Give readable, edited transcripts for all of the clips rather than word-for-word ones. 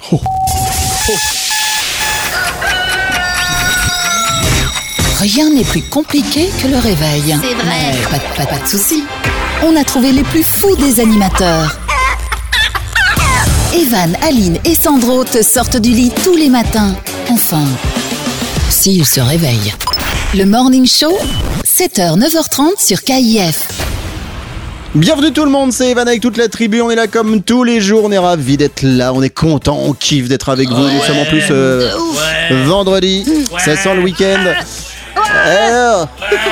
Rien n'est plus compliqué que le réveil. C'est vrai. Mais pas de soucis. On a trouvé les plus fous des animateurs. Evan, Aline et Sandro te sortent du lit tous les matins. Enfin, s'ils se réveillent. Le Morning Show, 7h, 9h30 sur KIF. Bienvenue tout le monde, c'est Evan avec toute la tribu, on est là comme tous les jours, on est ravis d'être là, on est content, on kiffe d'être avec vous, nous sommes en plus vendredi, ça sent le week-end. Alors,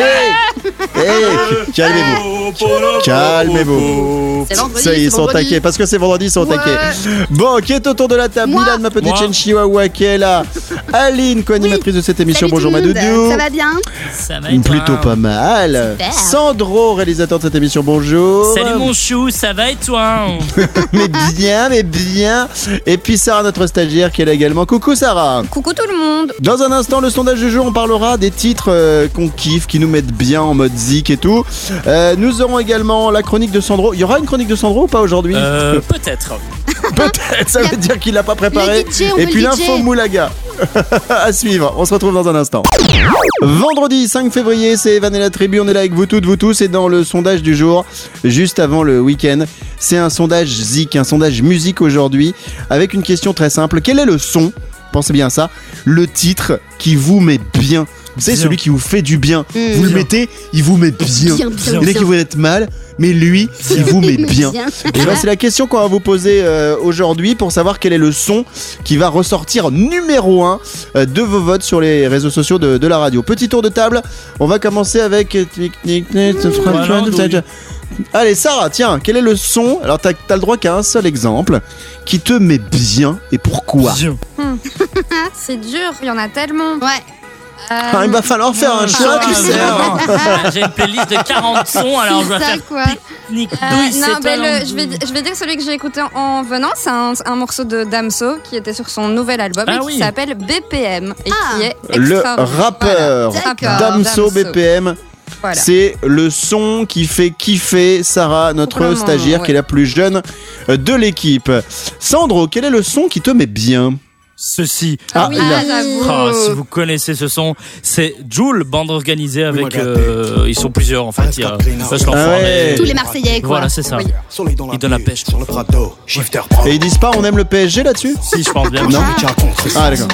calmez-vous. C'est vendredi, Ça y est, ils sont vendredi. taqués, parce que c'est vendredi, ils sont taqués. Bon, qui est autour de la table? Milan, ma petite chienne chihuahua qui est là. Aline, co-animatrice de cette émission, Salut bonjour tout le monde. Madoudou. Ça va bien? Ça va et toi? Plutôt pas mal. Super. Sandro, réalisateur de cette émission, bonjour. Salut mon chou, ça va et toi? mais bien. Et puis Sarah, notre stagiaire, qui est là également. Coucou Sarah. Coucou tout le monde. Dans un instant, le sondage du jour, on parlera des titres qu'on kiffe, qui nous mettent bien en mode zik et tout. Nous aurons également la chronique de Sandro. Il y aura une chronique de Sandro ou pas aujourd'hui? Peut-être. Peut-être, ça veut dire qu'il l'a pas préparé. Le DJ, on Et veut puis le l'info DJ. Moulaga. À suivre, on se retrouve dans un instant. Vendredi 5 février, c'est Evan et la tribu, on est là avec vous toutes, vous tous, et dans le sondage du jour, juste avant le week-end, c'est un sondage zik, un sondage musique aujourd'hui, avec une question très simple. Quel est le son, pensez bien à ça, le titre qui vous met bien? Vous savez, celui qui vous fait du bien. Vous le mettez, il vous met bien. Bien. Il y en a qui vous mettent mal, mais lui, il vous met bien. Et ben, c'est la question qu'on va vous poser aujourd'hui pour savoir quel est le son qui va ressortir numéro 1 de vos votes sur les réseaux sociaux de la radio. Petit tour de table, on va commencer avec... Allez Sarah, tiens, quel est le son? Alors t'as le droit qu'à un seul exemple qui te met bien et pourquoi? C'est dur, il y en a tellement. Ouais. Il va falloir faire un choix, tu sais. J'ai une playlist de 40 sons, alors je vais Ça, faire quoi. pique-nique. Non, je vais dire celui que j'ai écouté en venant. C'est un morceau de Damso qui était sur son nouvel album Ah et qui oui. s'appelle BPM et qui est Le extraordinaire. rappeur Voilà. Damso BPM. Voilà. C'est le son qui fait kiffer Sarah, notre Pour le moment, stagiaire, ouais. qui est la plus jeune de l'équipe. Sandro, quel est le son qui te met bien? Ceci. Ah, oui, il a- j'avoue. Ah, si vous connaissez ce son, c'est Jul, bande organisée avec. Ils sont plusieurs en fait. Il y a Wesh l'enfant, Ah ouais. mais- Tous les Marseillais, quoi. Voilà, c'est ça. Oui. Il donne la pêche. Et ils disent pas on aime le PSG là-dessus? Si, je pense bien. Non. Ah d'accord.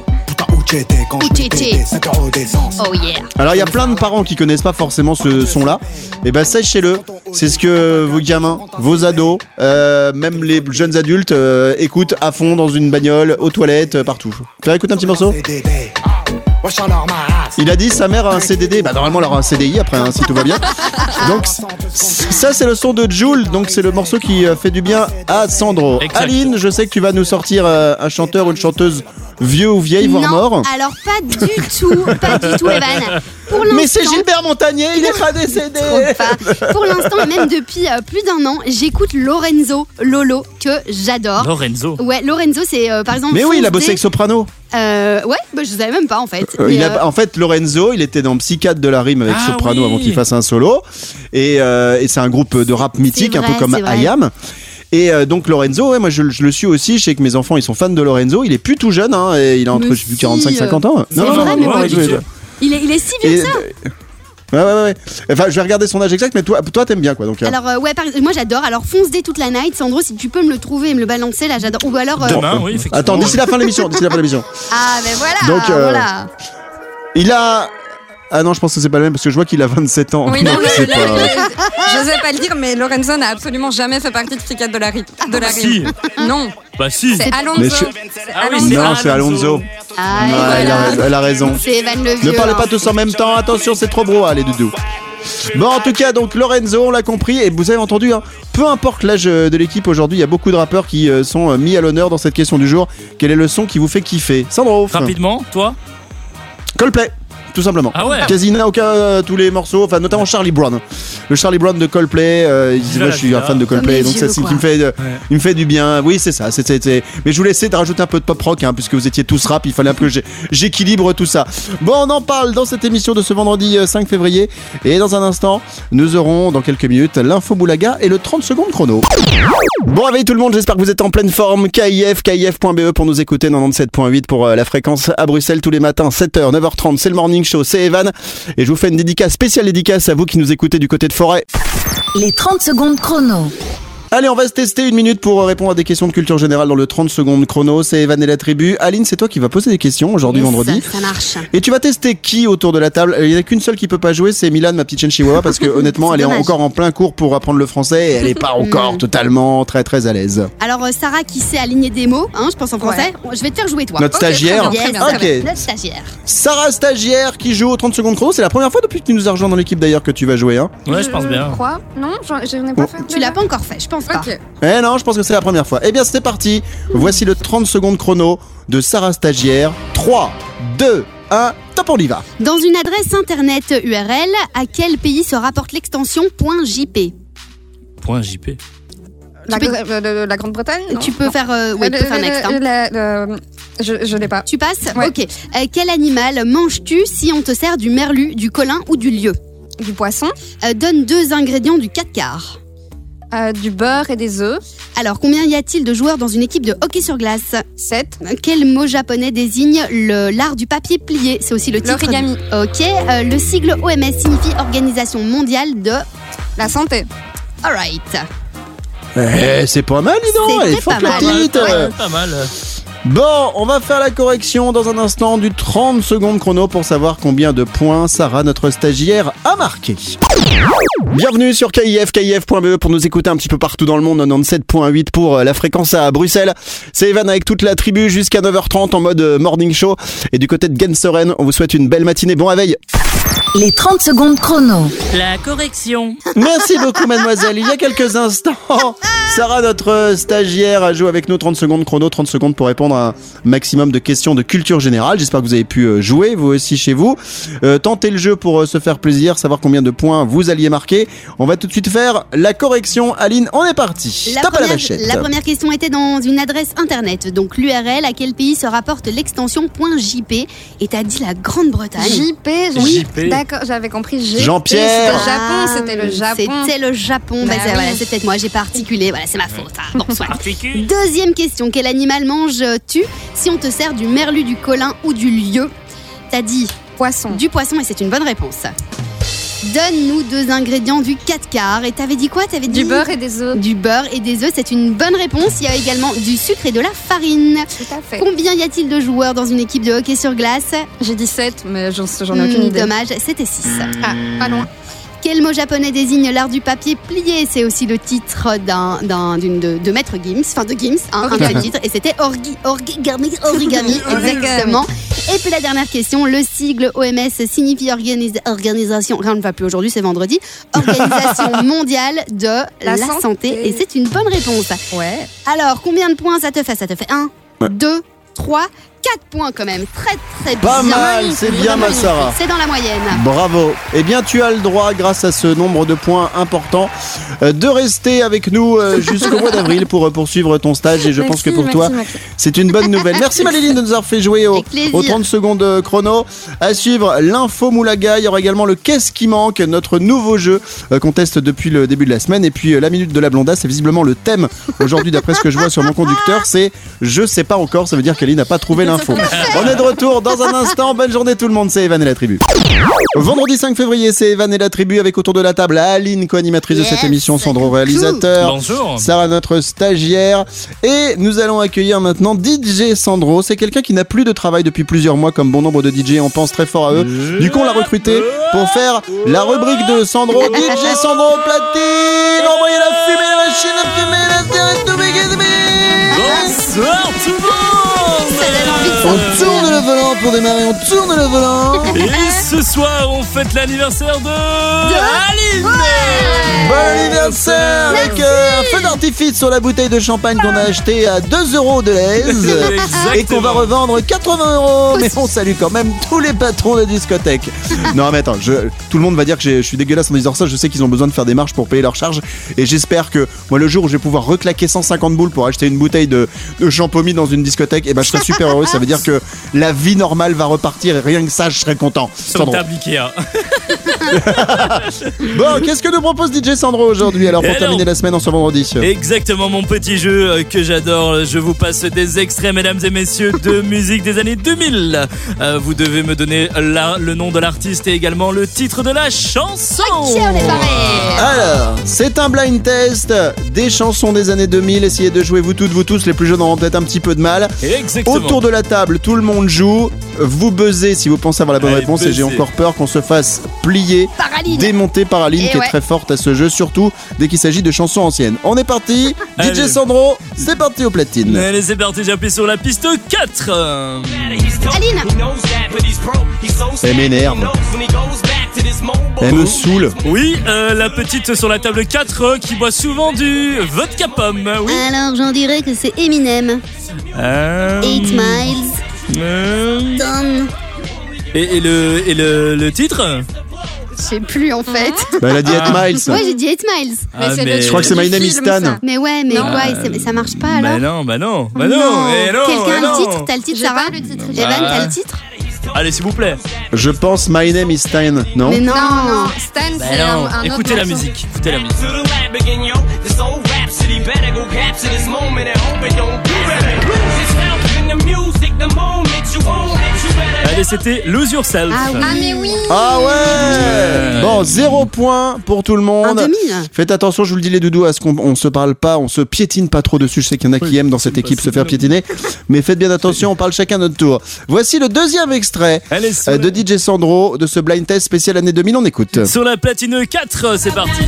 Oh yeah. Alors il y a plein de parents qui connaissent pas forcément ce son-là. Et ben sachez-le, c'est ce que vos gamins, vos ados, même les jeunes adultes écoutent à fond dans une bagnole, aux toilettes, partout. Faire écouter un petit morceau. Il a dit sa mère a un CDD, bah normalement elle aura un CDI après hein, si tout va bien. Donc ça c'est le son de Jul, donc c'est le morceau qui fait du bien à Sandro. Exact. Aline, je sais que tu vas nous sortir un chanteur ou une chanteuse vieux ou vieille, voire Non, mort. alors pas du tout, Evan. Pour Mais c'est l'instant, Gilbert Montagnier, il est pas décédé. trop pas. Pour l'instant, et même depuis plus d'un an, j'écoute Lorenzo Lolo que j'adore. Lorenzo. Ouais, Lorenzo, c'est par exemple. Mais oui, il a bossé Fonce avec Soprano. ouais, bah, je savais même pas en fait. Mais, En fait, Lorenzo, il était dans Psychiatre de la rime avec Ah Soprano oui. avant qu'il fasse un solo. Et c'est un groupe de rap mythique, C'est un peu vrai, comme c'est vrai. IAM. Et donc Lorenzo, ouais, moi je le suis aussi. Je sais que mes enfants ils sont fans de Lorenzo. Il est plus tout jeune, hein, et il a entre Mais je sais plus, si, 45-50 ans. c'est vrai, mais pas du ouais, tout. ouais. il est si vieux Et- que ça. Ouais. Enfin, je vais regarder son âge exact, mais toi t'aimes bien quoi. Donc, Alors ouais, moi j'adore. Alors Fonce Day toute la night, Sandro, si tu peux me le trouver et me le balancer là, j'adore. Ou alors Demain, oui, effectivement. Attends, d'ici la fin de l'émission. ah ben voilà, Donc, voilà. Il a. Ah non, je pense que c'est pas le même parce que je vois qu'il a 27 ans. Oui, non, Donc, mais c'est pas- je n'osais pas le dire, mais Lorenzo n'a absolument jamais fait partie de Psychiatre de la rime. Si. Non, Bah si. c'est Alonso. Mais je- Ah oui, Alonso. Non, c'est Alonso. Ah, et Ouais, voilà. elle a raison. C'est Evan le Ne vieux. parlez hein. pas tous en même temps, attention, c'est trop bro, les doudous. Bon, en tout cas, donc Lorenzo, on l'a compris, et vous avez entendu, hein, peu importe l'âge de l'équipe aujourd'hui, il y a beaucoup de rappeurs qui sont mis à l'honneur dans cette question du jour. Quel est le son qui vous fait kiffer? Sandro. Rapidement, toi? Coldplay. tout simplement. Ah ouais. Quasi aucun, tous les morceaux, enfin notamment Charlie Brown. Le Charlie Brown de Coldplay, moi je suis un fan de Coldplay, donc c'est ce qui me fait, il me fait du bien. Oui, c'est ça. Mais je voulais essayer de rajouter un peu de pop rock, puisque vous étiez tous rap, il fallait un peu que j'équilibre tout ça. Bon, on en parle dans cette émission de ce vendredi 5 février, et dans un instant, nous aurons dans quelques minutes l'info Boulaga et le 30 secondes chrono. Bon réveil tout le monde, j'espère que vous êtes en pleine forme. KIF.be pour nous écouter, 97.8 pour la fréquence à Bruxelles tous les matins, 7h, 9h30, c'est le morning show, c'est Evan. Et je vous fais une spéciale dédicace à vous qui nous écoutez du côté de Forêt. Les 30 secondes chrono. Allez, on va se tester une minute pour répondre à des questions de culture générale dans le 30 secondes chrono. C'est Evan et la tribu. Aline, c'est toi qui vas poser des questions aujourd'hui, vendredi. Ça marche. Et tu vas tester qui autour de la table? Il n'y en a qu'une seule qui peut pas jouer, c'est Milan, ma petite chienne chihuahua, parce que honnêtement, elle est encore en plein cours pour apprendre le français et elle est pas encore totalement très à l'aise. Alors Sarah qui sait aligner des mots, je pense en français. Ouais. Je vais te faire jouer toi. Notre stagiaire. Très bien, Ok. Notre stagiaire. Sarah, stagiaire, qui joue au 30 secondes chrono. C'est la première fois depuis que tu nous as rejoint dans l'équipe d'ailleurs que tu vas jouer. Ouais, je pense bien. Crois Non, je n'ai pas fait. Tu l'as pas encore fait, je pense pas. Ok. Non, je pense que c'est la première fois. Eh bien, c'est parti. Voici le 30 secondes chrono de Sarah Stagiaire. 3, 2, 1, top, on y va. Dans une adresse internet URL, à quel pays se rapporte l'extension .jp? .jp. La Grande-Bretagne. Tu peux faire next. Je l'ai pas. Tu passes. Ouais. Ok. Quel animal manges-tu si on te sert du merlu, du colin ou du lieu? Du poisson, Donne 2 ingrédients du 4 quarts. du beurre et des œufs. Alors, combien y a-t-il de joueurs dans une équipe de hockey sur glace? 7. Quel mot japonais désigne l'art du papier plié? C'est aussi le titre. L'origami. Ok. Le sigle OMS signifie Organisation mondiale de... La santé. Alright. C'est pas mal, dis donc. Elle est C'était forte, pas la mal. petite. Ouais, pas mal. Bon, on va faire la correction dans un instant du 30 secondes chrono pour savoir combien de points Sarah, notre stagiaire, a marqué. Bienvenue sur KIF.be pour nous écouter un petit peu partout dans le monde, 97.8 pour la fréquence à Bruxelles. C'est Evan avec toute la tribu jusqu'à 9h30 en mode morning show. Et du côté de Gensoren, on vous souhaite une belle matinée. Bon réveil. Les 30 secondes chrono. La correction. Merci beaucoup mademoiselle. Il y a quelques instants, Sarah, notre stagiaire, a joué avec nous 30 secondes chrono, 30 secondes pour répondre à un maximum de questions de culture générale. J'espère que vous avez pu jouer, vous aussi chez vous. Tentez le jeu pour se faire plaisir, savoir combien de points vous alliez marquer. On va tout de suite faire la correction. Aline, on est parti. Tape à la vachette. La première question était dans une adresse internet. Donc l'URL, à quel pays se rapporte l'extension .jp? Et t'as dit la Grande-Bretagne. JP. Oui. D'accord, j'avais compris. Jean-Pierre. C'était le Japon. C'était le Japon. Bah oui. Voilà, c'est peut-être moi, j'ai pas articulé. Voilà, c'est ma faute. Bon, soit. Articule. Deuxième question. Quel animal manges-tu si on te sert du merlu, du colin ou du lieu? T'as dit Poisson. du poisson et c'est une bonne réponse. Donne-nous 2 ingrédients du 4 quarts. Et t'avais dit quoi? T'avais dit Du beurre et des œufs. Du beurre et des œufs, c'est une bonne réponse. Il y a également du sucre et de la farine. Tout à fait. Combien y a-t-il de joueurs dans une équipe de hockey sur glace? J'ai dit 7, mais j'en ai aucune idée. Dommage, c'était 6. Ah, pas loin. Quel mot japonais désigne l'art du papier plié? C'est aussi le titre de Maître Gims, enfin de Gims, un seul titre, et c'était origami, exactement. Et puis la dernière question, le sigle OMS signifie organisation, rien ne va plus aujourd'hui, c'est vendredi, Organisation mondiale de la santé, et c'est une bonne réponse. Ouais. Alors, combien de points ça te fait? Ça te fait 1, 2, 3, 4 points quand même. Très très bien. Pas mal, c'est bien ma Sarah. C'est dans la moyenne. Bravo. Eh bien, tu as le droit, grâce à ce nombre de points important, de rester avec nous jusqu'au mois d'avril pour poursuivre ton stage. Et je pense que pour toi, c'est une bonne nouvelle. Merci Maléline de nous avoir fait jouer aux 30 secondes chrono. À suivre l'info Moulaga. Il y aura également le Qu'est-ce qui manque, notre nouveau jeu qu'on teste depuis le début de la semaine. Et puis la minute de la blondasse, c'est visiblement le thème aujourd'hui, d'après ce que je vois sur mon conducteur. C'est je sais pas encore. Ça veut dire qu'Aline n'a pas trouvé l'info. On est de retour dans un instant. Bonne journée tout le monde, c'est Evan et la tribu. Vendredi 5 février, c'est Evan et la tribu avec autour de la table Aline, co-animatrice de cette émission, Sandro, réalisateur. Bonjour. Sarah, notre stagiaire. Et nous allons accueillir maintenant DJ Sandro. C'est quelqu'un qui n'a plus de travail depuis plusieurs mois, comme bon nombre de DJ. On pense très fort à eux. Du coup, on l'a recruté pour faire la rubrique de Sandro. DJ Sandro au platine. Envoyez la fumée, la machine à fumer, la cigarette, tout big. Bonsoir tout le monde. On tourne le volant volant pour démarrer, on tourne le volant. Et ce soir, on fête l'anniversaire de Aline. Bon anniversaire avec un feu d'artifice sur la bouteille de champagne qu'on a acheté à 2 € de l'aise et qu'on va revendre 80 €. Mais on salue quand même tous les patrons de discothèque. Non mais attends, tout le monde va dire que je suis dégueulasse en disant ça. Je sais qu'ils ont besoin de faire des marches pour payer leurs charges et j'espère que moi le jour où je vais pouvoir reclaquer 150 boules pour acheter une bouteille de champomis dans une discothèque, et ben je serai super heureux. Ça veut dire que la vie normale va repartir et rien que ça je serai content. Sur table Ikea. Bon, qu'est-ce que nous propose DJ Sandro aujourd'hui alors pour terminer la semaine en ce vendredi? Exactement, mon petit jeu que j'adore. Je vous passe des extraits, mesdames et messieurs, de musique des années 2000. Vous devez me donner le nom de l'artiste et également le titre de la chanson. Ok, on est paré. Alors, c'est un blind test des chansons des années 2000. Essayez de jouer vous toutes, vous tous. Les plus jeunes auront peut-être un petit peu de mal. Exactement. Autour de la table, tout le monde joue. Vous buzzez si vous pensez avoir la bonne réponse. Et j'ai encore peur qu'on se fasse plier, démonter par Aline qui est très forte à ce jeu, surtout dès qu'il s'agit de chansons anciennes. On est parti. DJ Sandro, c'est parti aux platines. Allez, c'est parti, j'appuie sur la piste 4. Aline. Elle m'énerve. Elle me saoule. Oui, la petite sur la table 4 qui boit souvent du vodka pomme. Oui. Alors j'en dirais que c'est Eminem. 8 miles. Done. Et le titre? Je sais plus en fait. Bah, elle a dit 8 miles. Ouais, j'ai dit 8 miles. Je crois que c'est My Name is Stan. Mais ouais, mais ça marche pas alors. Bah non. Quelqu'un a le titre? T'as le titre, Sarah? le titre. Evan, t'as le titre? Allez, s'il vous plaît. Je pense My Name is Stan, non? Mais non. Stan, c'est un autre Écoutez la morceau. musique. Écoutez la musique. Allez, c'était Lose Yourself. Ah oui. Ah mais oui. Ah ouais. Bon, 0 point pour tout le monde. Un demi. Faites attention, je vous le dis les doudous, à ce qu'on se parle pas, on se piétine pas trop dessus. Je sais qu'il y en a qui aiment dans cette équipe se faire piétiner, mais faites bien attention, on parle chacun notre tour. Voici le deuxième extrait de DJ Sandro de ce blind test spécial année 2000. On écoute. Sur la platine 4, c'est parti.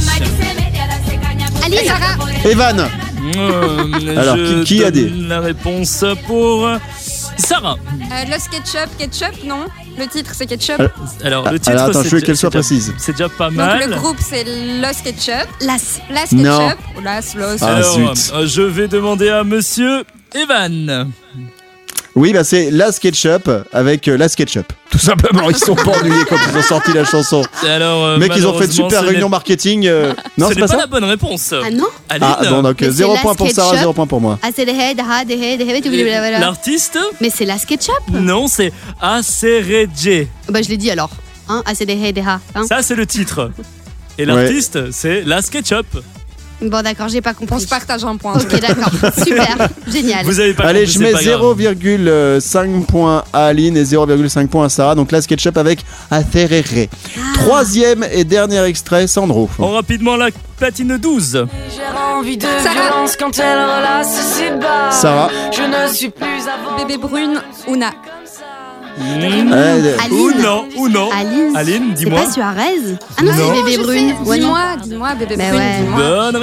Aline. Sarah. Evan. Alors, qui a dit la réponse pour Sarah. Lost Ketchup, non? Le titre c'est Ketchup. Alors, le titre, alors attends, c'est je veux qu'elle soit précise. C'est déjà pas Donc mal. le groupe c'est Lost Ketchup. Las. Lost Non. Ketchup. Lost. Ah, Alors, zut. je vais demander à monsieur Evan. Oui, bah c'est La SketchUp avec La SketchUp. Tout simplement, ils sont pas ennuyés quand ils ont sorti la chanson. Alors, Mec, ils ont fait une super réunion marketing. Non, ce c'est n'est pas pas ça la bonne réponse. Ah non? Aline. Ah, bon, donc Mais 0 c'est point La pour Sarah, SketchUp. 0 point pour moi. Ah, c'est des head, L'artiste? Mais c'est la SketchUp. Non, c'est ACRG. Bah, je l'ai dit alors. Hein? Ah, c'est des head, hein? Ça, c'est le titre. Et l'artiste, c'est La SketchUp. Bon, d'accord, j'ai pas On compris. se partage un point. Ok, d'accord. Super. Génial. Vous avez pas Allez, compris, je c'est mets pas grave. 0,5 points à Aline et 0,5 points à Sarah. Donc La SketchUp avec Acerere. Troisième et dernier extrait, Sandro. En rapidement, la platine 12. J'ai envie de violence quand elle relasse ses bas. Sarah. Je ne suis plus avant. Bébé brune, Ouna. Aline. Ou non. Aline, C'est dis-moi. pas Suarez? Ah non, Non. c'est bébé brune. Ouais, non. Dis-moi, bébé Mais brune, ouais. dis-moi. Bonne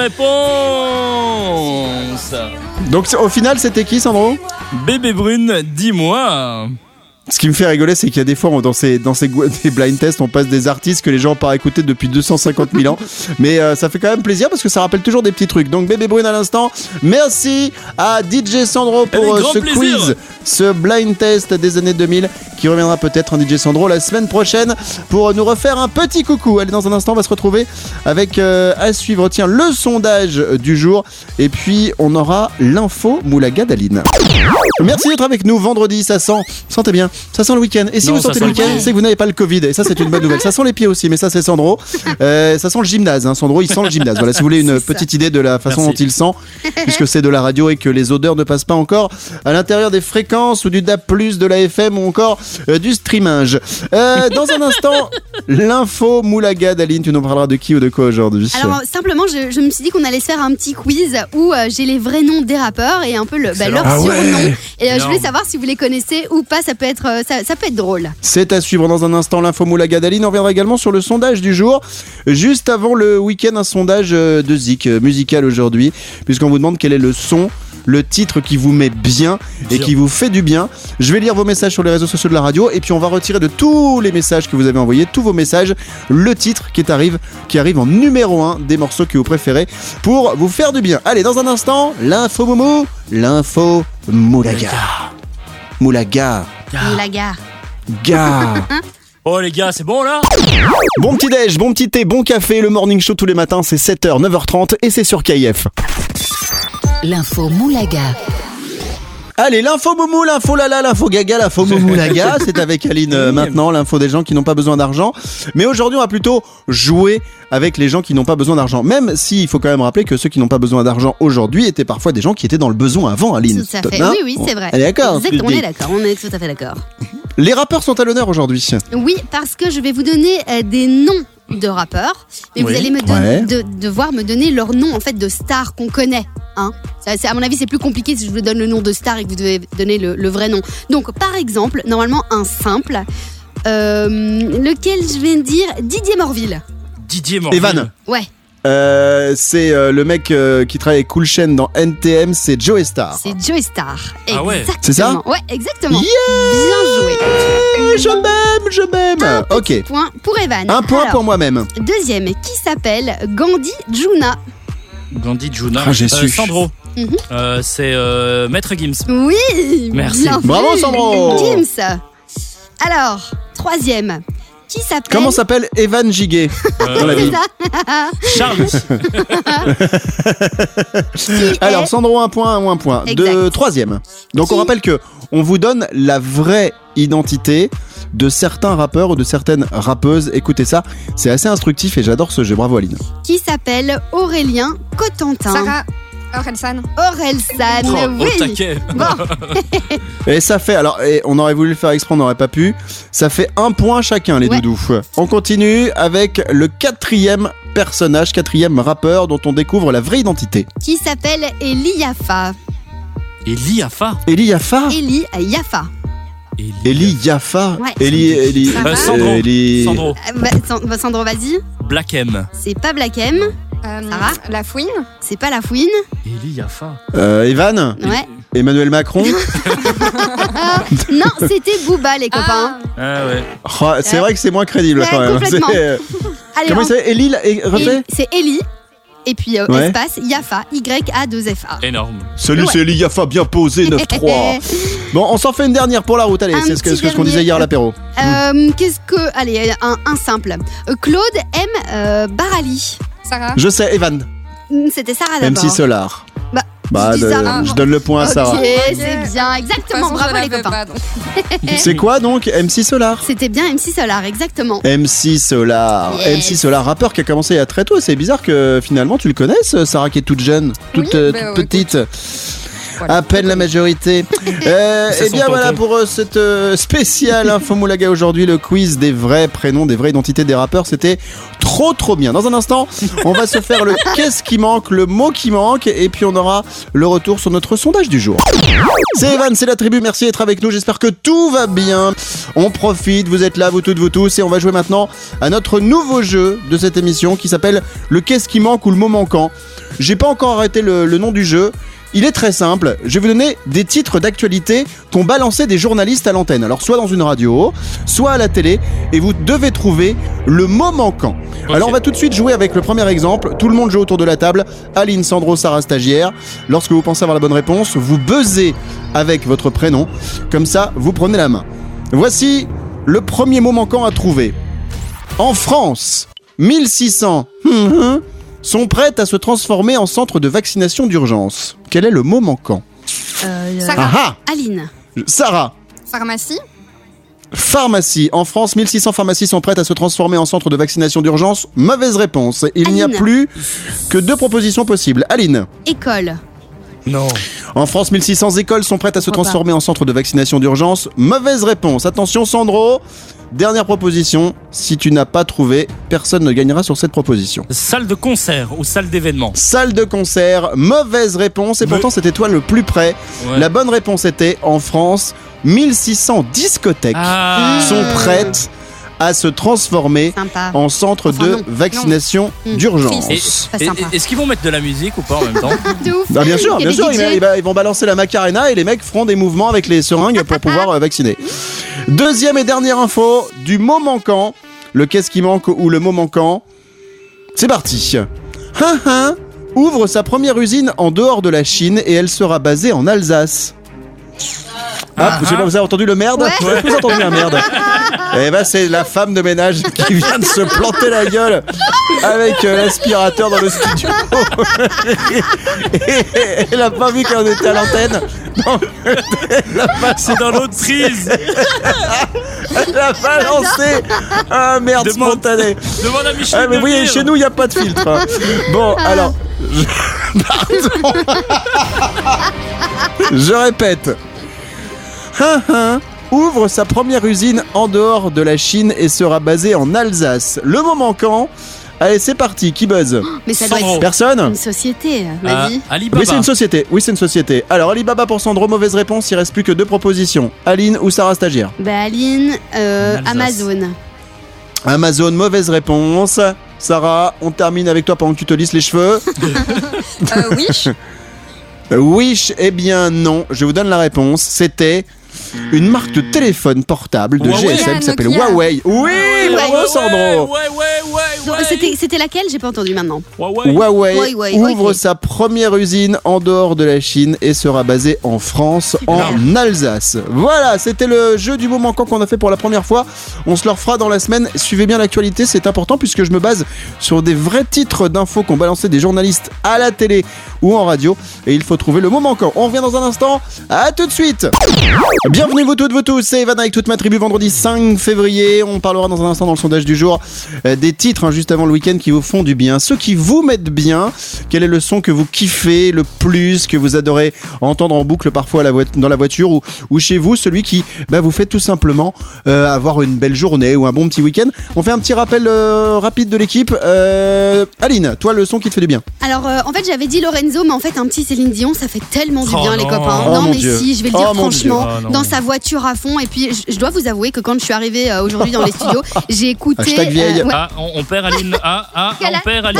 réponse. Donc au final, c'était qui, Sandro? Bébé brune, dis-moi. Ce qui me fait rigoler, c'est qu'il y a des fois, dans ces des blind tests, on passe des artistes que les gens n'ont pas écoutés depuis 250 000 ans. Mais ça fait quand même plaisir parce que ça rappelle toujours des petits trucs. Donc Bébé Brune à l'instant. Merci à DJ Sandro pour Avec grand ce plaisir. quiz, ce blind test des années 2000 qui reviendra peut-être en DJ Sandro la semaine prochaine pour nous refaire un petit coucou. Allez, dans un instant, on va se retrouver avec à suivre, tiens, le sondage du jour. Et puis, on aura l'info Moulaga d'Aline. Merci d'être avec nous vendredi, ça sent, sentez bien, ça sent le week-end. Et si Non, vous ça sentez sent le week-end, le c'est que vous n'avez pas le Covid. Et ça, c'est une bonne nouvelle. Ça sent les pieds aussi, mais ça, c'est Sandro. Ça sent le gymnase, hein. Sandro, il sent le gymnase. Voilà, si vous voulez une petite idée de la façon Merci. dont il sent, puisque c'est de la radio et que les odeurs ne passent pas encore à l'intérieur des fréquences ou du DAB+, de la FM ou encore du streamage. Dans un instant, l'info Moulaga d'Aline, tu nous parleras de qui ou de quoi aujourd'hui? Alors simplement, je me suis dit qu'on allait se faire un petit quiz où j'ai les vrais noms des rappeurs et un peu leur surnom. Et je voulais savoir si vous les connaissez ou pas. Ça peut être drôle. C'est à suivre dans un instant l'info Moulaga d'Aline. On reviendra également sur le sondage du jour. Juste avant le week-end, un sondage de Zik musical aujourd'hui, puisqu'on vous demande quel est le son le titre qui vous met bien et qui vous fait du bien. Je vais lire vos messages sur les réseaux sociaux de la radio et puis on va retirer de tous les messages que vous avez envoyés, tous vos messages, le titre qui arrive en numéro 1 des morceaux que vous préférez pour vous faire du bien. Allez, dans un instant, l'info Moumou, l'info Moulaga. Moulaga. Moulaga. Gars. Oh les gars, c'est bon là? Bon petit déj, bon petit thé, bon café, le morning show tous les matins, c'est 7h, 9h30 et c'est sur KIF. L'info Moulaga. Allez, l'info Moumou, l'info Lala, l'info Gaga, l'info Moumou Laga, c'est avec Aline maintenant, l'info des gens qui n'ont pas besoin d'argent. Mais aujourd'hui, on va plutôt jouer avec les gens qui n'ont pas besoin d'argent. Même s'il faut quand même rappeler que ceux qui n'ont pas besoin d'argent aujourd'hui étaient parfois des gens qui étaient dans le besoin avant, Aline. Tout à fait. Hein? Oui, c'est vrai. Elle est d'accord. Exactement, on est d'accord, on est tout à fait d'accord. Les rappeurs sont à l'honneur aujourd'hui. Oui, parce que je vais vous donner des noms de rappeurs, mais Oui. vous allez devoir me donner leur nom en fait de stars qu'on connaît. Hein. À mon avis, c'est plus compliqué si je vous donne le nom de star et que vous devez donner le vrai nom. Donc, par exemple, normalement un simple, lequel je vais dire Didier Morville. Didier Morville. Evan. Ouais, C'est le mec qui travaille avec Cool Chain dans NTM, c'est Joey Star. c'est Joey Star. Ah ouais. Exactement. C'est ça? Ouais, exactement. Yeah. Bien joué. Je m'aime. Ok. Point pour Evan. Un point Alors, pour moi-même. Deuxième, qui s'appelle Gandhi Juna. Gandhi Juna. Ah, j'ai su. Sandro. Mhm. C'est Maître Gims. Oui. Merci. Bien Bravo, vu. Sandro. Gims. Alors, troisième, qui s'appelle Comment s'appelle Evan Giguet dans la C'est vie? ça. Charles. Alors Sandro, un point ou un point. Exact. De troisième. Donc Qui on rappelle que on vous donne la vraie identité de certains rappeurs ou de certaines rappeuses. Écoutez ça, c'est assez instructif et j'adore ce jeu. Bravo Aline. Qui s'appelle Aurélien Cotentin. Sarah Orelsan. Orelsan, Oh, au oui. taquet. Bon, Et ça fait, alors et on aurait voulu le faire exprès, on n'aurait pas pu. Ça fait un point chacun les Ouais. doudous. On continue avec le quatrième personnage, quatrième rappeur dont on découvre la vraie identité. qui s'appelle Eli Yafa. Eli Yafa. Eli Yafa. Eli Yafa. Eli Yafa. Ouais. Eli. Ça va Sandro. Eli. Sandro. Sandro, vas-y. Black M. C'est pas Black M, Sarah La Fouine. c'est pas La Fouine. Eli Yafa. Evan. Ouais. Emmanuel Macron. Non, c'était Booba, les copains. Ah ouais. Oh, c'est vrai que c'est moins crédible Ouais, quand même. complètement. C'est- Allez, Comment il s'appelle Eli Rappelez. C'est Eli. Et puis Ouais. espace Yafa, Y-A-2-F-A. Énorme. Salut, Ouais. c'est Eli Yafa, bien posé, 9-3. Bon, on s'en fait une dernière pour la route. Allez, Un c'est ce petit qu'on disait dernier. hier à l'apéro. Qu'est-ce que. Allez, un simple. Claude M. Barali. Sarah. Je sais, Evan. C'était Sarah d'abord. MC Solar. Bah, je dis Sarah. je donne le point à Sarah. Ok, c'est bien, exactement. Bravo les copains. C'est quoi donc MC Solar? C'était bien MC Solar, exactement. MC Solar. Yes. MC Solar, rappeur qui a commencé à très tôt. C'est bizarre que finalement tu le connaisses, Sarah qui est toute jeune, toute, Oui, toute bah, petite. Voilà. À peine la majorité. C'est Eh son bien voilà tonton. pour cette spéciale Info Moulaga aujourd'hui, le quiz des vrais prénoms, des vraies identités des rappeurs. C'était trop bien. Dans un instant, on va se faire le qu'est-ce qui manque, le mot qui manque, et puis on aura le retour sur notre sondage du jour. C'est Evan, c'est la tribu, merci d'être avec nous, j'espère que tout va bien. On profite, vous êtes là, vous toutes, vous tous, et on va jouer maintenant à notre nouveau jeu de cette émission qui s'appelle le qu'est-ce qui manque ou le mot manquant. J'ai pas encore arrêté le nom du jeu. Il est très simple, je vais vous donner des titres d'actualité qu'ont balancé des journalistes à l'antenne. Alors soit dans une radio, soit à la télé, et vous devez trouver le mot manquant. Ok. Alors on va tout de suite jouer avec le premier exemple. Tout le monde joue autour de la table. Aline, Sandro, Sarah, stagiaire. Lorsque vous pensez avoir la bonne réponse, vous buzzez avec votre prénom. Comme ça, vous prenez la main. Voici le premier mot manquant à trouver. En France, 1600 sont prêtes à se transformer en centre de vaccination d'urgence. Quel est le mot manquant? Sarah. Ah ah, Aline. Sarah. Pharmacie. Pharmacie. En France, 1600 pharmacies sont prêtes à se transformer en centre de vaccination d'urgence. Mauvaise réponse. Il n'y a Aline. plus que 2 propositions possibles. Aline. École. Non. En France, 1600 écoles sont prêtes à se Crois pas. transformer en centre de vaccination d'urgence. Mauvaise réponse. Attention, Sandro. Dernière proposition. Si tu n'as pas trouvé, personne ne gagnera sur cette proposition. Salle de concert ou salle d'événement. Salle de concert. Mauvaise réponse. Et pourtant, c'était toi le plus près. Ouais. La bonne réponse était, en France, 1600 discothèques Ah. sont prêtes à se transformer Sympa. en centre Enfin, de non. vaccination d'urgence. Pas sympa. Est-ce qu'ils vont mettre de la musique ou pas en même temps? De ouf. Ah, bien sûr, Il y a bien des sûr, DJ. ils vont balancer la Macarena et les mecs feront des mouvements avec les seringues pour pouvoir vacciner. Deuxième et dernière info, du mot manquant. Le qu'est-ce qui manque ou le mot manquant. C'est parti. Hein ouvre sa première usine en dehors de la Chine et elle sera basée en Alsace. Ah, je sais pas, vous avez entendu le merde? Ouais. Vous avez entendu un merde? Eh ben c'est la femme de ménage qui vient de se planter la gueule avec l'aspirateur dans le studio. Et elle a pas vu qu'on était à l'antenne. Donc, C'est dans l'autre prise. elle a balancé un merde spontané. Demande à Michel. Ah, mais vous voyez, Delire. chez nous, il n'y a pas de filtre. Hein. Bon, alors. Pardon. Je répète. Ouvre sa première usine en dehors de la Chine et sera basée en Alsace. Le mot manquant. Allez, c'est parti. Qui buzz? Mais ça doit Sandro. être Personne? une société. Vas-y. Alibaba. Oui, c'est une société. Oui, c'est une société. Alors, Alibaba pour Sandro, mauvaise réponse. Il reste plus que 2 propositions. Aline ou Sarah Stagiaire? Bah, Aline, Alsace. Amazon. Amazon, mauvaise réponse. Sarah, on termine avec toi pendant que tu te lisses les cheveux. Wish. Wish, eh bien non. Je vous donne la réponse. C'était une marque de téléphone portable de Huawei. GSM qui s'appelle Nokia. Huawei. Oui, bravo Sandro. Donc, c'était laquelle? J'ai pas entendu maintenant. Huawei Huawei, ouvre ok. sa première usine en dehors de la Chine et sera basée en France, en Alsace. Voilà, c'était le jeu du mot manquant qu'on a fait pour la première fois. On se le refera dans la semaine. Suivez bien l'actualité, c'est important puisque je me base sur des vrais titres d'infos qu'ont balancé des journalistes à la télé ou en radio. Et il faut trouver le mot manquant. On revient dans un instant. À tout de suite. Bienvenue vous toutes, vous tous. C'est Evan avec toute ma tribu vendredi 5 février. On parlera dans un instant dans le sondage du jour des titres juste avant le week-end qui vous font du bien, ceux qui vous mettent bien. Quel est le son que vous kiffez le plus, que vous adorez entendre en boucle parfois à dans la voiture ou chez vous, celui qui vous fait tout simplement avoir une belle journée ou un bon petit week-end. On fait un petit rappel rapide de l'équipe. Aline, toi le son qui te fait du bien? Alors, en fait, j'avais dit Lorenzo, mais en fait, un petit Céline Dion, ça fait tellement du Oh bien, les non. copains. Oh non, mon mais Dieu. si, je vais le Oh dire mon franchement, Dieu. Oh non. dans sa voiture à fond. Et puis, je dois vous avouer que quand je suis arrivée aujourd'hui dans les studios, j'ai écouté. Hashtag vieille. ouais. Ah, on perd Aline. Quelle On a- perd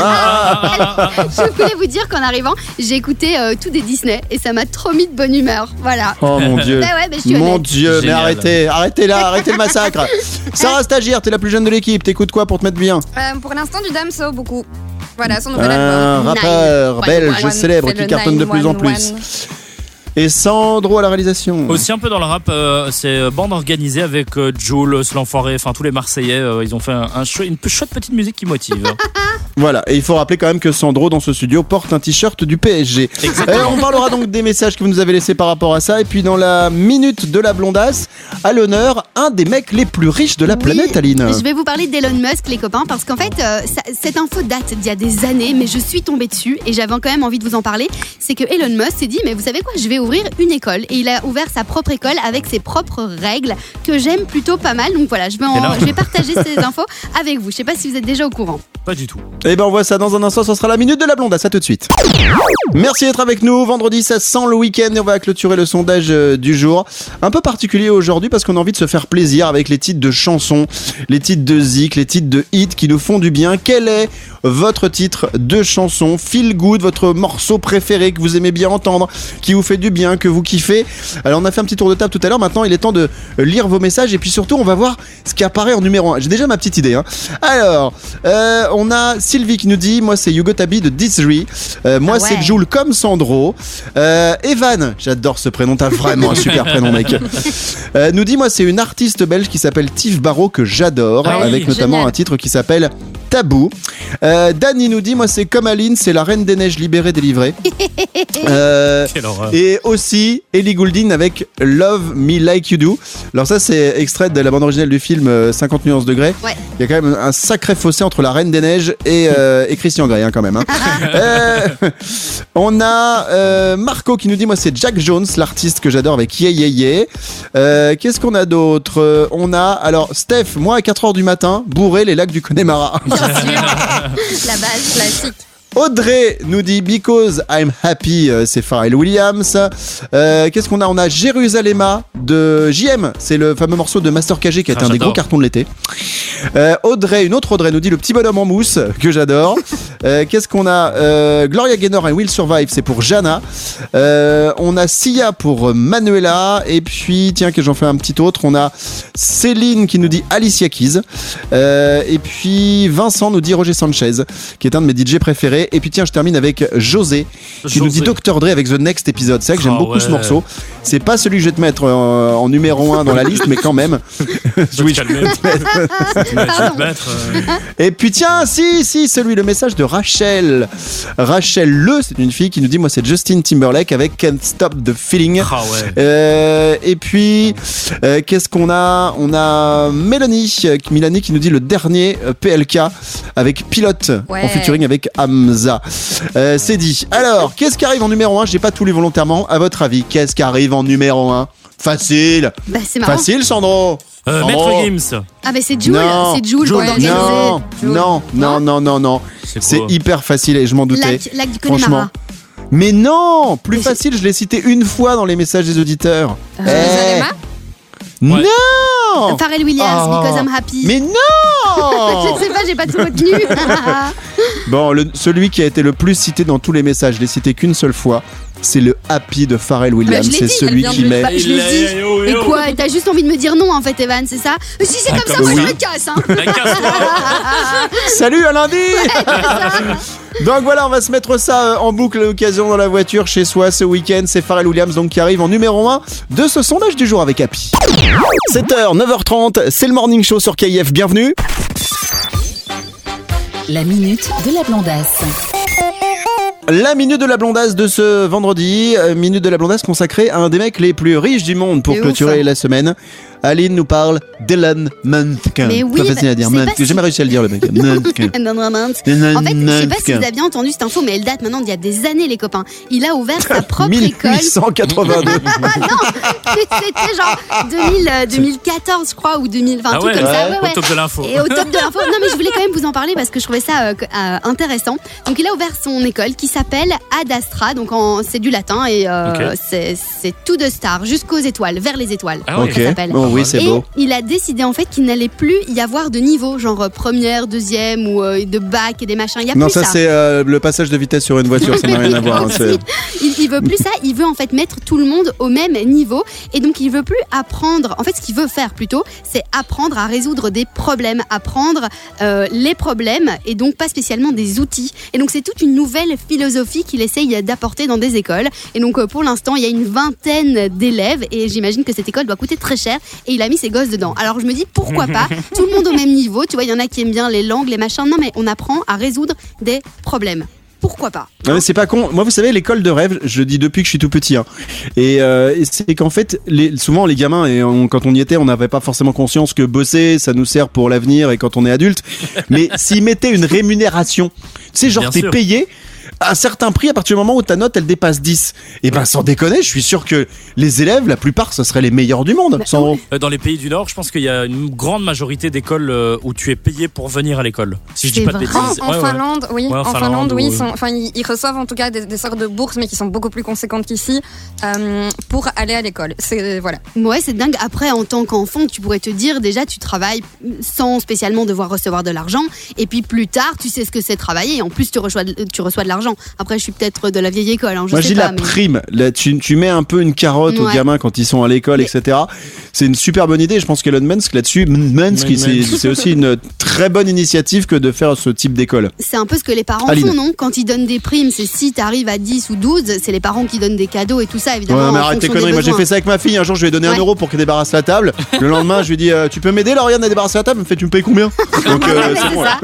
Aline. Je voulais vous dire qu'en arrivant, j'ai écouté tout des Disney et ça m'a trop mis de bonne humeur. Voilà. Oh mon Dieu. Bah ouais, bah, je suis Mon honnête. Dieu, mais Génial. arrêtez là, arrêtez le massacre. Sarah Stagiaire, t'es la plus jeune de l'équipe, t'écoutes quoi pour te mettre bien? Pour l'instant, du Damso, beaucoup. Voilà, son nouvel Un album. rappeur Nine. belge One, célèbre c'est qui le cartonne de plus en 911. plus. Et Sandro à la réalisation. Aussi un peu dans le rap, c'est bande organisée avec Jul, l'Enfoiré, enfin tous les Marseillais. Ils ont fait une chouette petite musique qui motive. Voilà, et il faut rappeler quand même que Sandro dans ce studio porte un t-shirt du PSG. On parlera donc des messages que vous nous avez laissés par rapport à ça. Et puis dans la minute de la blondasse, à l'honneur, un des mecs les plus riches de la planète, Aline. Je vais vous parler d'Elon Musk, les copains, parce qu'en fait, cette info date d'il y a des années, mais je suis tombée dessus et j'avais quand même envie de vous en parler. C'est que Elon Musk s'est dit, mais vous savez quoi, je vais ouvrir une école. Et il a ouvert sa propre école avec ses propres règles que j'aime plutôt pas mal. Donc voilà, je vais partager ces infos avec vous. Je sais pas si vous êtes déjà au courant. Pas du tout. Et ben on voit ça dans un instant, ce sera la minute de la blondasse, à tout de suite. Merci d'être avec nous, vendredi ça sent le week-end et on va clôturer le sondage du jour. Un peu particulier aujourd'hui parce qu'on a envie de se faire plaisir avec les titres de chansons, les titres de zik, les titres de hits qui nous font du bien. Quel est votre titre de chanson feel good, votre morceau préféré que vous aimez bien entendre, qui vous fait du bien, que vous kiffez? Alors on a fait un petit tour de table tout à l'heure, maintenant il est temps de lire vos messages et puis surtout on va voir ce qui apparaît en numéro 1. J'ai déjà ma petite idée. Alors, on a Sylvie qui nous dit, moi c'est You Gotta Be de Dizzy, moi Ah ouais. c'est Jul comme Sandro, Evan, j'adore ce prénom, t'as vraiment un super prénom mec, nous dit, moi c'est une artiste belge qui s'appelle Tiff Barrow que j'adore, Ah oui, avec notamment génial. un titre qui s'appelle Tabou. Dany nous dit, moi c'est comme Aline, c'est la Reine des Neiges libérée délivrée. Quelle horreur. Et aussi Ellie Goulding avec Love Me Like You Do. Alors ça c'est extrait de la bande originale du film 50 nuances degrés. Ouais. Il y a quand même un sacré fossé entre la Reine des Neiges et Christian Grey quand même. On a Marco qui nous dit, moi c'est Jack Jones, l'artiste que j'adore avec Yeah Yeah Yeah. Qu'est-ce qu'on a d'autre? On a alors Steph, moi à 4h du matin, bourré les lacs du Connemara. Bien sûr. La base classique. Audrey nous dit Because I'm Happy, c'est Pharrell Williams. Qu'est-ce qu'on a ? On a Jérusalem de JM, c'est le fameux morceau de Master KG qui a été un des gros cartons de l'été. Une autre Audrey nous dit Le Petit Bonhomme en mousse, que j'adore. Qu'est-ce qu'on a ? Gloria Gaynor et Will Survive, c'est pour Jana. On a Sia pour Manuela. Et puis, tiens, que j'en fais un petit autre. On a Céline qui nous dit Alicia Keys. Et puis, Vincent nous dit Roger Sanchez, qui est un de mes DJ préférés. Et puis, tiens, je termine avec José, qui nous dit Dr. Dre avec The Next Episode. C'est vrai que j'aime beaucoup ce morceau. C'est pas celui que je vais te mettre en numéro 1 dans la liste, mais quand même. Oui, je vais te mettre. Et puis, tiens, si, le message de Rachel. Rachel c'est une fille qui nous dit moi c'est Justin Timberlake avec Can't Stop the Feeling. Et puis qu'est-ce qu'on a ? On a Mélanie qui nous dit le dernier PLK avec Pilote en featuring avec Hamza. C'est dit. Alors qu'est-ce qui arrive en numéro 1 ? J'ai pas tout lu volontairement. À votre avis, qu'est-ce qui arrive en numéro 1 ? Facile. Bah, c'est marrant. Facile, Sandro. Maître Gims. Ah mais c'est Jules, Non. C'est hyper facile et je m'en doutais. Lac du Connemara. Mais non, plus facile, je l'ai cité une fois dans les messages des auditeurs. Non. Pharrell Williams, Because I'm Happy. Mais non. Je sais pas, j'ai pas tout retenu. Bon, celui qui a été le plus cité dans tous les messages, je l'ai cité qu'une seule fois. C'est le Happy de Pharrell Williams, c'est celui qui met. Je l'ai dit. Et quoi ? T'as juste envie de me dire non en fait, Evan, c'est ça ? Si c'est comme ça, moi je me casse. Salut, à lundi. Donc voilà, on va se mettre ça en boucle à l'occasion dans la voiture, chez soi ce week-end. C'est Pharrell Williams donc qui arrive en numéro 1 de ce sondage du jour avec Happy. 7h, 9h30, c'est le Morning Show sur KIF, bienvenue. La minute de la blondasse. La minute de la blondasse de ce vendredi, minute de la blondasse consacrée à un des mecs les plus riches du monde pour clôturer la semaine. Aline nous parle d'Elon Musk. Mais oui, pas facile à dire. J'ai jamais réussi à le dire, le mec. En fait, je sais pas si vous avez bien entendu cette info, mais elle date maintenant d'il y a des années, les copains. Il a ouvert sa propre école. 1882. Non, c'était genre 2014, je crois, ou 2020, un truc comme ça. Au top de l'info. Et au top de l'info. Non, mais je voulais quand même vous en parler parce que je trouvais ça intéressant. Donc, il a ouvert son école qui s'appelle Ad Astra. Donc, c'est du latin et c'est tout de star, jusqu'aux étoiles, vers les étoiles. Ça s'appelle. Oui, c'est beau. Il a décidé en fait qu'il n'allait plus y avoir de niveau, genre première, deuxième ou de bac et des machins. Il y a non, plus ça. Ça c'est le passage de vitesse sur une voiture, ça n'a rien à voir. Il veut plus ça. Il veut en fait mettre tout le monde au même niveau et donc il veut plus apprendre. En fait, ce qu'il veut faire plutôt, c'est apprendre à résoudre des problèmes, apprendre les problèmes et donc pas spécialement des outils. Et donc c'est toute une nouvelle philosophie qu'il essaye d'apporter dans des écoles. Et donc pour l'instant, il y a une vingtaine d'élèves et j'imagine que cette école doit coûter très cher. Et il a mis ses gosses dedans. Alors je me dis pourquoi pas, tout le monde au même niveau. Tu vois, il y en a qui aiment bien les langues, les machins. Non, mais on apprend à résoudre des problèmes. Pourquoi pas ? Non, mais c'est pas con. Moi, vous savez, l'école de rêve, je le dis depuis que je suis tout petit. Hein. Et c'est qu'en fait, souvent les gamins, quand on y était, on n'avait pas forcément conscience que bosser, ça nous sert pour l'avenir et quand on est adulte. Mais s'ils mettaient une rémunération, tu sais, genre t'es payé à un certain prix à partir du moment où ta note elle dépasse 10. Et ben sans déconner, je suis sûr que les élèves, la plupart, ce seraient les meilleurs du monde. Dans les pays du Nord, je pense qu'il y a une grande majorité d'écoles où tu es payé pour venir à l'école. Si je dis pas de bêtises. En Finlande, oui. Ouais, en Finlande, oui. Ils reçoivent en tout cas des sortes de bourses, mais qui sont beaucoup plus conséquentes qu'ici, pour aller à l'école. Voilà. Ouais, c'est dingue. Après, en tant qu'enfant, tu pourrais te dire déjà, tu travailles sans spécialement devoir recevoir de l'argent. Et puis plus tard, tu sais ce que c'est travailler. Et en plus, tu reçois de l'argent. Après, je suis peut-être de la vieille école. Hein, moi, je dis la prime. Là, tu mets un peu une carotte aux gamins quand ils sont à l'école, etc. C'est une super bonne idée. Je pense qu'Elon Musk, là-dessus, c'est aussi une très bonne initiative que de faire ce type d'école. C'est un peu ce que les parents font, non ? Quand ils donnent des primes, c'est si t'arrives à 10 ou 12, c'est les parents qui donnent des cadeaux et tout ça, évidemment. Ouais, mais arrête tes conneries. Moi, j'ai fait ça avec ma fille. Un jour, je lui ai donné 1 euro pour qu'elle débarrasse la table. Le lendemain, je lui ai dit tu peux m'aider, Lauriane, à débarrasser la table ? Elle me fait tu me payes combien ? Donc, c'est bon.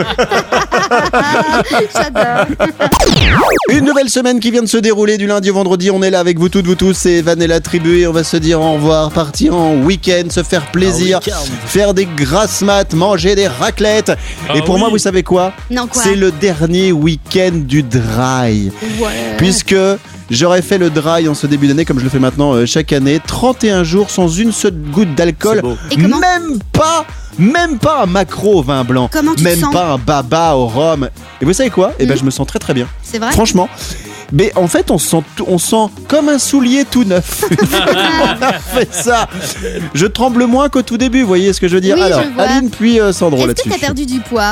J'adore. Une nouvelle semaine qui vient de se dérouler du lundi au vendredi. On est là avec vous toutes, vous tous. C'est Evan et la tribu. Et on va se dire au revoir, partir en week-end, se faire plaisir, faire des grasses maths, manger des raclettes. Et pour moi, vous savez quoi ? Non, quoi ? C'est le dernier week-end du dry. Ouais. Puisque J'aurais fait le dry en ce début d'année comme je le fais maintenant chaque année. 31 jours sans une seule goutte d'alcool. C'est beau. Et comment Même pas un macro au vin blanc. Comment tu te Même sens pas un baba au rhum. Et vous savez quoi ? Je me sens très très bien. C'est vrai? Franchement. Mais en fait, on sent comme un soulier tout neuf. On a fait ça. Je tremble moins qu'au tout début, vous voyez ce que je veux dire? Oui, Alors, je vois. Aline puis Sandro Est-ce là-dessus. que t'as perdu du poids?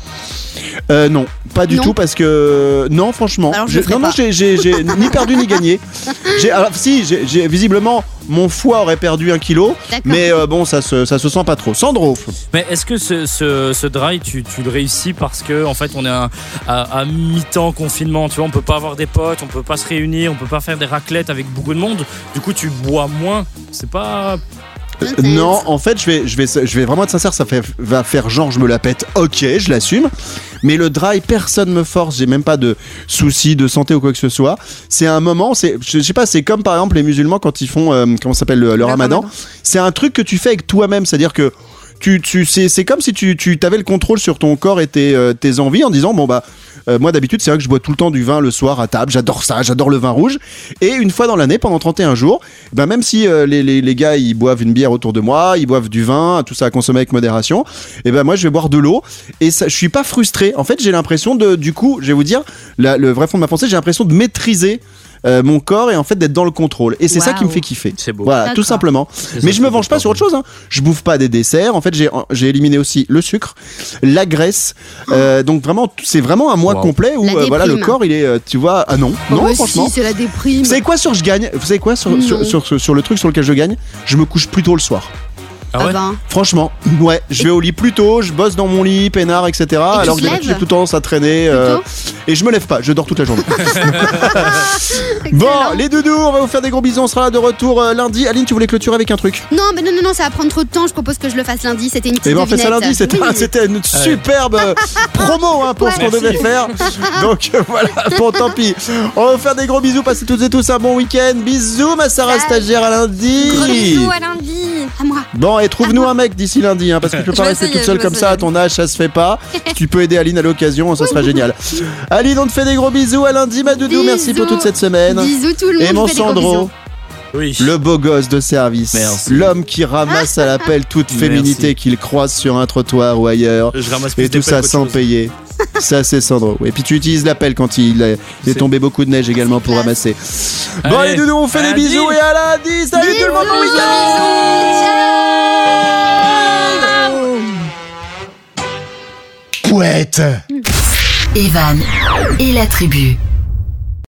Non, pas du Non. tout parce que non, franchement, Alors, je le ferai non, pas. j'ai ni perdu ni gagné. Alors si, j'ai visiblement mon foie aurait perdu 1 kilo, D'accord. mais bon, ça se sent pas trop. Sandro, Mais est-ce que ce dry, tu le réussis parce que en fait on est à mi-temps confinement, tu vois, on peut pas avoir des potes, on peut pas se réunir, on peut pas faire des raclettes avec beaucoup de monde. Du coup, tu bois moins. C'est pas. non, en fait, je vais vraiment être sincère, va faire genre je me la pète. Ok, je l'assume. Mais le dry, personne me force. J'ai même pas de soucis de santé ou quoi que ce soit. C'est un moment, je sais pas, c'est comme par exemple les musulmans quand ils font comment ça s'appelle le ramadan. C'est un truc que tu fais avec toi-même, c'est-à-dire que c'est comme si tu avais le contrôle sur ton corps et tes envies en disant bon bah moi d'habitude c'est vrai que je bois tout le temps du vin le soir à table, j'adore ça, j'adore le vin rouge, et une fois dans l'année pendant 31 jours même si les gars ils boivent une bière autour de moi, ils boivent du vin, tout ça à consommer avec modération, et moi je vais boire de l'eau et ça, je suis pas frustré. En fait j'ai l'impression du coup je vais vous dire le vrai fond de ma pensée, j'ai l'impression de maîtriser mon corps et en fait d'être dans le contrôle, et c'est ça qui me fait kiffer. C'est beau. Voilà, tout D'accord. simplement. Mais je me venge pas sur autre chose, hein. Je bouffe pas des desserts. En fait, j'ai éliminé aussi le sucre, la graisse. Donc vraiment, c'est vraiment un mois complet où La voilà, le déprime. corps il est, tu vois, ah non, Oh, non, mais franchement. si, c'est la déprime. Vous savez quoi sur je gagne? Vous savez quoi sur le truc sur lequel je gagne? Je me couche plus tôt le soir. Ah ouais. Franchement, ouais, je vais au lit plus tôt, je bosse dans mon lit, peinard, etc. Alors que te d'habitude, lèves j'ai tout tendance à traîner. Plutôt Et je me lève pas, je dors toute la journée. Bon, Excellent. les doudous, on va vous faire des gros bisous, on sera là de retour lundi. Aline, tu voulais clôturer avec un truc? Non, mais non, ça va prendre trop de temps. Je propose que je le fasse lundi. C'était une petite Et ben on fait ça devinette. lundi, c'était une superbe promo pour ce qu'on Merci. devait faire. Donc voilà, bon tant pis. On va vous faire des gros bisous, passez toutes et tous un bon week-end. Bisous ma Sarah Bye. stagiaire à lundi. Gros bisous à lundi. À moi. Bon, et trouve-nous un mec d'ici lundi, parce que tu peux Je pas vais rester essayer, toute seule je vais comme ça, à essayer. ton âge, ça se fait pas. Si tu peux aider Aline à l'occasion, ça sera génial. Aline, on te fait des gros bisous à lundi, ma doudou, merci pour Bisous. toute cette semaine. Bisous tout le monde. Et mon je fais des gros Sandro, bisous. Oui. le beau gosse de service, Merci. l'homme qui ramasse à l'appel toute féminité Merci. qu'il croise sur un trottoir ou ailleurs. Je ramasse plus Et des tout ça pelles qu'autre sans chose. payer. Ça, c'est Sandro. Et puis tu utilises l'appel quand il est C'est- tombé beaucoup de neige également pour classe. ramasser. Bon, Allez, les doudous, on fait à des lundi. bisous et à lundi. Salut tout le monde, bon week-end. Pouette. Evan et la tribu.